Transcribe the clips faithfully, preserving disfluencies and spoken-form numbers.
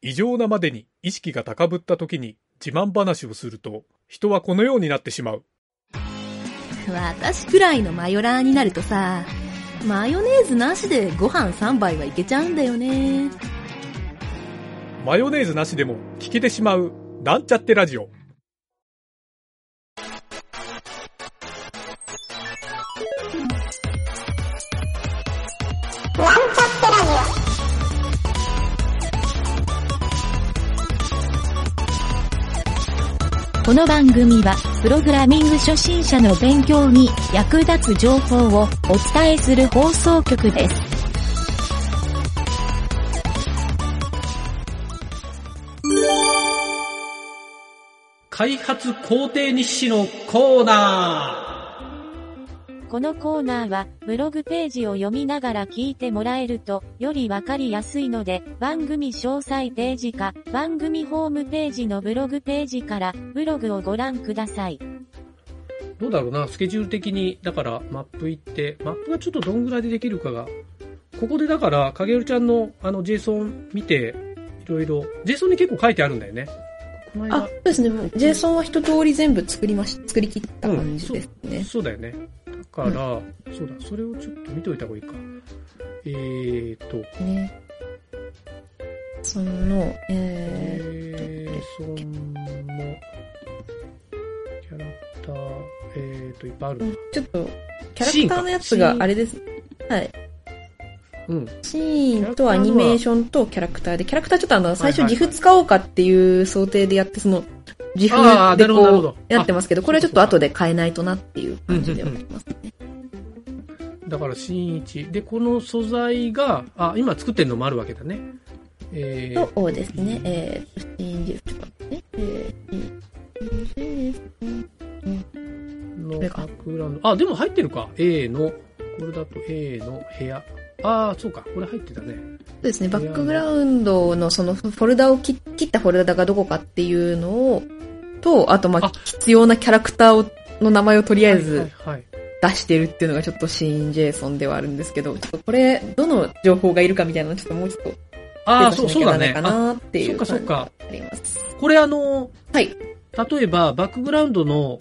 異常なまでに意識が高ぶった時に自慢話をすると、人はこのようになってしまう。 私くらいのマヨラーになるとさ、マヨネーズなしでご飯さんばいはいけちゃうんだよね。 マヨネーズなしでも聞けてしまうなんちゃってラジオ。 なんちゃってラジオ。 この番組はプログラミング初心者の勉強に役立つ情報をお伝えする放送局です。 開発工程日誌のコーナー。 このコーナーはブログページを読みながら聞いてもらえるとよりわかりやすいので、番組詳細ページか番組ホームページのブログページからブログをご覧ください。 どうだろうな、スケジュール的に。だからマップ行って、マップがちょっとどんぐらいでできるかが、ここでだから影るちゃんのあの JSON 見て、いろいろ JSON に結構書いてあるんだよね。 この間あ、そうですね。もう JSON は一通り全部作りまし、作り切った感じですね。 うん、そ, そうだよね。だから、うん、そうだ、それをちょっと見といた方がいいか。えーと。ね。 その、えー、その、キャラクター、えーと、いっぱいあるな。 ちょっと、キャラクターのやつがあれです。はい。うん。シーンとアニメーションとキャラクターで、キャラクターちょっとあの、最初 ジフ 使おうかっていう想定でやって、その、ジフ でこう、やってますけど、これはちょっと後で変えないとなっていう感じではありますね。 だからシーンいち。で、この素材が、あ、今作ってるのもあるわけだね。 えー、そうですね。えー、シーンじゅうとかね。えー、 のバックグラウンド。あ、でも入ってるか。A の、これだと A の部屋。ああ、そうか。これ入ってたね。 そうですね。バックグラウンドのそのフォルダを切ったフォルダがどこかっていうのを、と、あとまあ、必要なキャラクターをの名前をとりあえず出してるっていうのがちょっとシーン JSON ではあるんですけど、ちょっとこれ、どの情報がいるかみたいなのちょっともうちょっと、 ああ、そう、そうだね。 かなっていう感じがあります。 これあの、 はい。 例えば、バックグラウンドの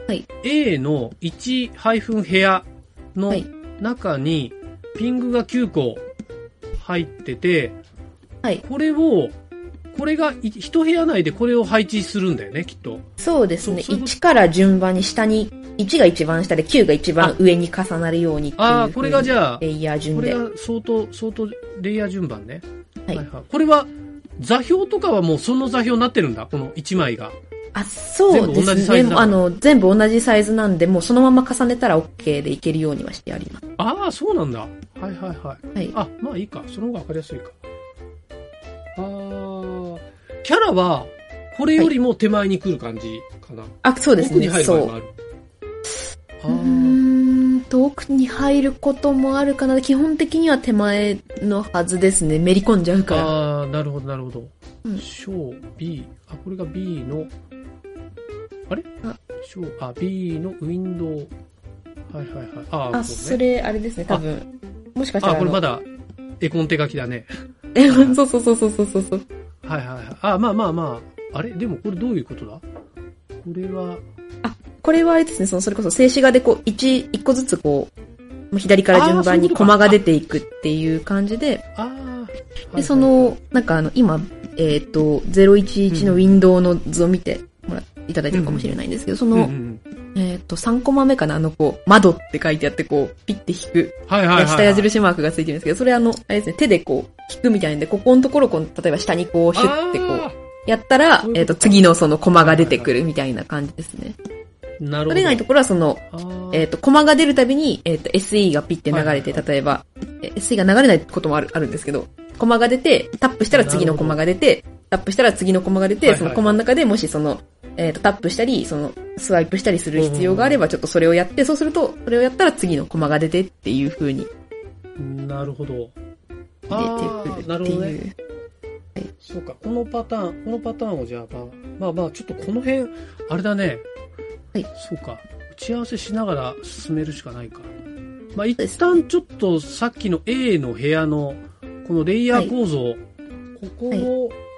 A のいち部屋の中にピングがきゅうこ入ってて、はい。これを、これが一部屋内でこれを配置するんだよね、きっと。 そうですね。いちから順番に下に、いちが一番下できゅうが一番上に重なるようにっていう。 ああ、これがじゃあ、 レイヤー順で。 これが相当、相当レイヤー順番ね。はい。はいはい、これは、座標とかはもうその座標になってるんだ、このいちまいが。 あ、そうですね。あの、全部同じサイズなんで、もうそのまま重ねたら OK でいけるようにはしてあります。 ああ、そうなんだ。はいはいはい。はい、あ、まあいいか。その方がわかりやすいか。ああ、キャラは、これよりも手前に来る感じかな。はい、 あ、そうですね。 奥に入る場合もある。 うーんと、奥に入ることもあるかな。基本的には手前のはずですね。めり込んじゃうから。 ああ、なるほどなるほど。うん、小 B。あ、これが B の、あれあ、小、あ、B のウィンドウ。はいはいはい。ああ、そ、ね、それ、あれですね、多分。もしかしたら。 あ、これまだ、絵コンテ書きだね。 え、そうそうそうそうそうそう。 はいはいはい。あ、まあまあまあ。あれでもこれどういうことだこれは。 あ、これはあれですね、その、それこそ静止画でこう、一、一個ずつこう、左から順番にコマが出ていくっていう感じで。ああ。で、その、なんかあの、今、えっと、ゼロいちいちのウィンドウの図を見てもらいただいてるかもしれないんですけど、その、えっと、さんコマ目かな、あの、こう、窓って書いてあって、こう、ピッて引く。はいはいはい。下矢印マークがついてるんですけど、それあの、あれですね、手でこう、引くみたいなんで、ここのところ、こう、例えば下にこう、シュッてこう、やったら、えっと、次のそのコマが出てくるみたいな感じですね。なるほど。それ以外のところはその、えっと、コマが出るたびに、えっと、エスイー がピッて流れて、例えば、エスイー が流れないこともある、あるんですけど、コマが出て、タップしたら次のコマが出て、タップしたら次のコマが出て、そのコマの中でもしその、えっと、タップしたり、その、スワイプしたりする必要があれば、ちょっとそれをやって、そうすると、それをやったら次のコマが出てっていう風に。 なるほど。 出てくるっていう。 なるほどね。はい。そうか、このパターン、このパターンをじゃあ、まあ、まあまあ、ちょっとこの辺、あれだね。はい。そうか。打ち合わせしながら進めるしかないか。まあ、一旦ちょっとさっきの A の部屋の、このレイヤー構造、はい、ここを、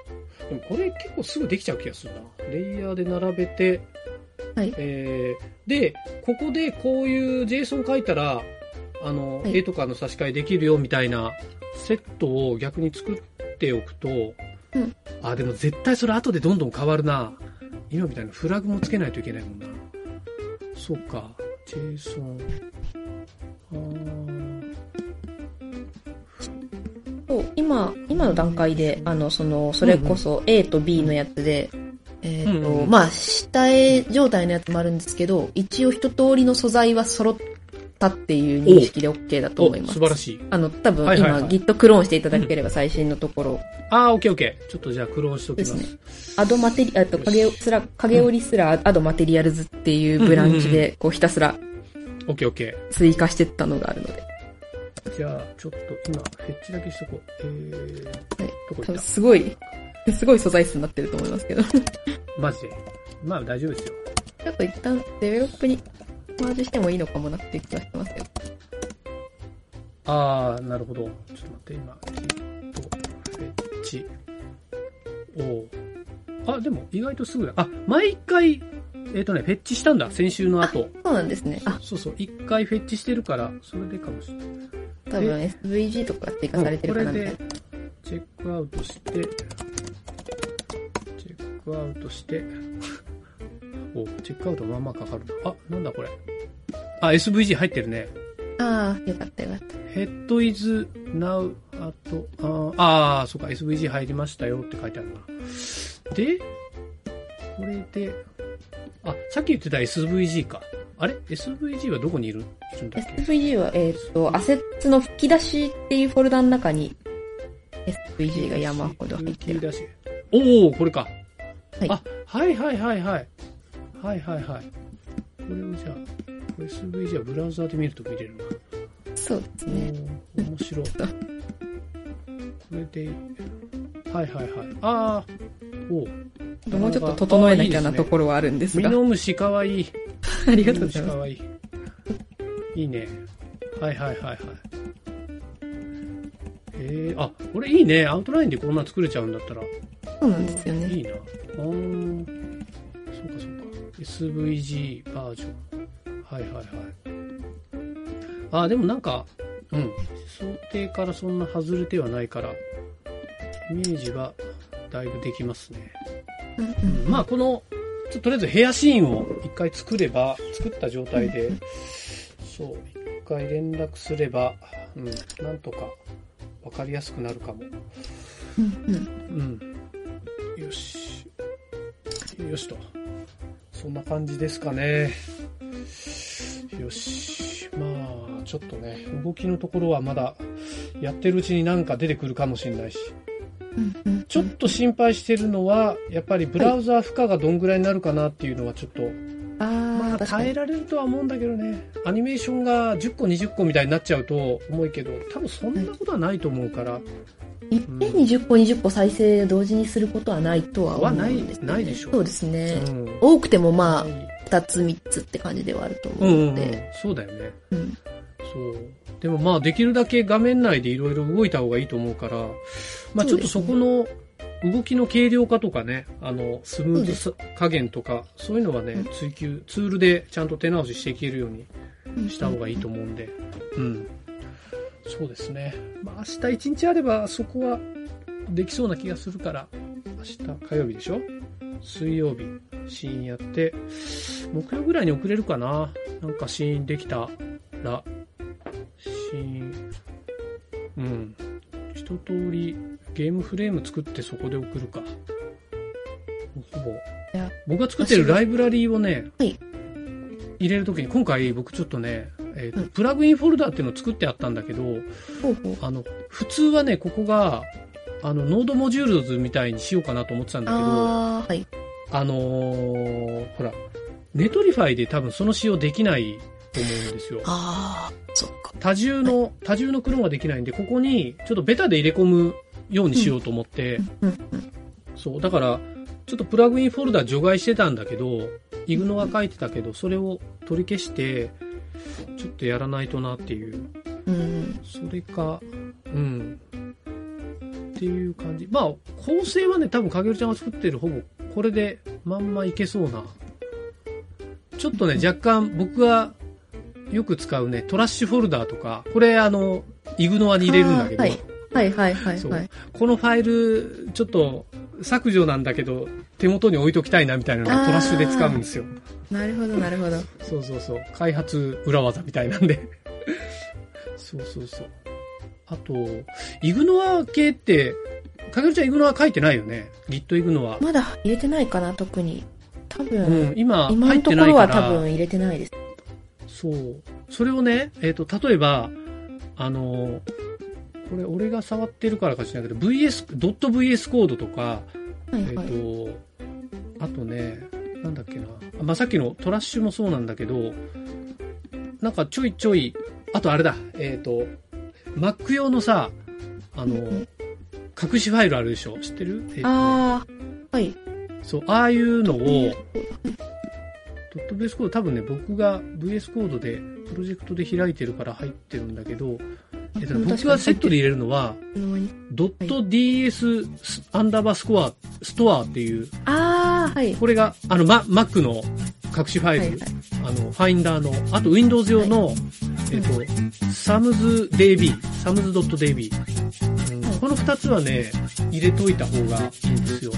でもこれ結構すぐできちゃう気がするな。レイヤーで並べて、 はい。 えー、で、ここでこういう JSON 書いたら、あの、 はい、 絵とかの差し替えできるよみたいなセットを逆に作っておくと、 うん。 あ、でも絶対それ後でどんどん変わるな。今みたいなフラグもつけないといけないもんな。そうか。JSON。あそう今、今の段階で、あの、その、それこそ A と B のやつで、うんうん、えっ、ー、と、うんうん、まあ、下絵状態のやつもあるんですけど、一応一通りの素材は揃ったっていう認識で OK だと思います。 素晴らしい。 あの、多分今、はいはいはい、Git クローンしていただければ最新のところ。うん、 ああ、OK OK。ちょっとじゃあクローンしときます。ですね。 アドマテリ、あと、影すら、影折りすらアドマテリアルズっていうブランチで、こうひたすら、 OK OK。 追加してったのがあるので。 じゃあ、ちょっと今、フェッチだけしとこう。えー、はい、どこ行った？ すごい、すごい素材数になってると思いますけど。 マジで。まあ大丈夫ですよ。 ちょっと一旦デベロップにマージしてもいいのかもなっていう気がしてますけど。 あー、なるほど。ちょっと待って、今、キット、フェッチ。おあ、でも意外とすぐだ。あ、毎回、えっ、ー、とね、フェッチしたんだ。先週の後。 そうなんですね。あ、 そうそう。一回フェッチしてるから、それでかもしれない。 多分 エスブイジー とか追加されてるかなみたいな。 これで、チェックアウトして、チェックアウトして、お、チェックアウトまあまあかかるな。あ、なんだこれ。あ、エスブイジー 入ってるね。 ああ、よかったよかった。 ヘッドイズナウあと、ああ、そうか、エスブイジー 入りましたよって書いてあるな。で、これで、あ、さっき言ってた エスブイジー か。あれ ?エスブイジー はどこにいる、いるんだっけ？ エスブイジー は、えっ、ー、と、アセッツの吹き出しっていうフォルダの中に エスブイジー が山ほど入ってる。 吹き出し。おー、これか。 はい。 あ、はいはいはいはい。はいはいはい。これをじゃあ、エスブイジー はブラウザーで見ると見れるな。 そうですね。 面白い。これで、はいはいはい。あー、おー。 もうちょっと整えなきゃなところはあるんですが。 ミノムシかわいい。 ありがとうございます。 かわいい。いいね。はいはいはいはい。えー、あ、これいいね。アウトラインでこんな作れちゃうんだったら。 そうなんですよね。 いいな。あー、そうかそうか。エスブイジー バージョン。はいはいはい。あ、でもなんか、うん。想定からそんな外れてはないから、イメージはだいぶできますね。 うんうん、 まあこの、とりあえずヘアシーンを一回作れば、作った状態で、うん、そう、一回連絡すれば、うん、なんとかわかりやすくなるかも。 うんうん。 うん。よし。よしと。そんな感じですかね。よし。まあ、ちょっとね、動きのところはまだ、やってるうちになんか出てくるかもしれないし。ちょっと心配してるのは、やっぱりブラウザー負荷がどんぐらいになるかなっていうのはちょっと、はい、まあ耐えられるとは思うんだけどね。アニメーションがじゅっこにじゅっこみたいになっちゃうと重いけど、多分そんなことはないと思うから。はい、 いっぺんにじゅっこにじゅっこ再生同時にすることはないとは思うんです、ね。 はない、ないでしょう。 そうですね。うん、多くてもまあ、ふたつみっつって感じではあると思うので。 うんうんうん、そうだよね。 うん。 そう。でもまあできるだけ画面内でいろいろ動いた方がいいと思うから、まあちょっとそこの動きの軽量化とかね、あの、スムーズさ加減とか、そういうのはね、追求、ツールでちゃんと手直ししていけるようにした方がいいと思うんで、うん。そうですね。まあ明日一日あればそこはできそうな気がするから、明日火曜日でしょ？水曜日、シーンやって、木曜ぐらいに送れるかな？なんかシーンできたら、シーン、うん。一通りゲームフレーム作ってそこで送るか。ほぼ。僕が作ってるライブラリーをね、 はい、 入れるときに、今回僕ちょっとね、えーとうん、プラグインフォルダーっていうのを作ってあったんだけど、 ほうほうあの、普通はね、ここが、あの、ノードモジュールズみたいにしようかなと思ってたんだけど、 あー、はい、 あのー、ほら、ネトリファイで多分その仕様できないと思うんですよ。 ああ、そっか。 多重の、はい、多重のクローンができないんで、ここにちょっとベタで入れ込むようにしようと思って、 うんうんうん、 そう、だから、ちょっとプラグインフォルダ除外してたんだけど、イグノが書いてたけど、それを取り消して、ちょっとやらないとなっていう。 うん、 それか、うん。 っていう感じ。まあ、構成はね、多分かげるちゃんが作ってるほぼ、これでまんまいけそうな。ちょっとね、若干僕がよく使うね、トラッシュフォルダーとか、これあの、イグノアに入れるんだけど、 はい、はいはいはいはい。 このファイル、ちょっと削除なんだけど、手元に置いときたいなみたいなのがトラッシュで使うんですよ。 なるほどなるほど。 そうそうそう。開発裏技みたいなんで。そうそうそう。あと、イグノア系って、かげるちゃんイグノア書いてないよね。Git イグノア。 まだ入れてないかな、特に。多分、うん、 今、 今のところは多分入れてないです。 そう。それをね、えっと、例えば、あの、これ俺が触ってるからかしらないけど、ブイエス、ドット ブイエス コードとか、はいはい、えっと、あとね、なんだっけな。まあ、さっきのトラッシュもそうなんだけど、なんかちょいちょい、あとあれだ、えっと、Mac 用のさ、あの、うん、隠しファイルあるでしょ？知ってる？えーね、 ああ、はい。 そう、ああいうのを、ドット ブイエス コード多分ね、僕が ブイエス コードで、プロジェクトで開いてるから入ってるんだけど、えっと、僕がセットで入れるのは、ドット ディーエス アンダーバースコア、ストアっていう、 ああ、はい。 これが、あの、マ、Mac の隠しファイル、はいはい、あの、ファインダーの、あと Windows 用の、はい、えっと、サムズ ディービー、サムズ ドット ディービー、うんはい。この二つはね、入れといた方がいいんですよ。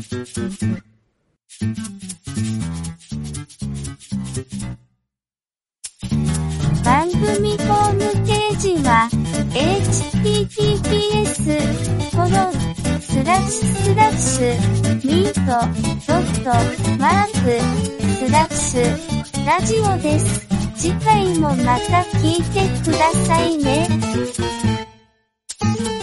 番組ホームページは エイチティーティーピーエス コロンスラッシュスラッシュミートドットマークスラッシュラジオです。次回もまた聞いてくださいね。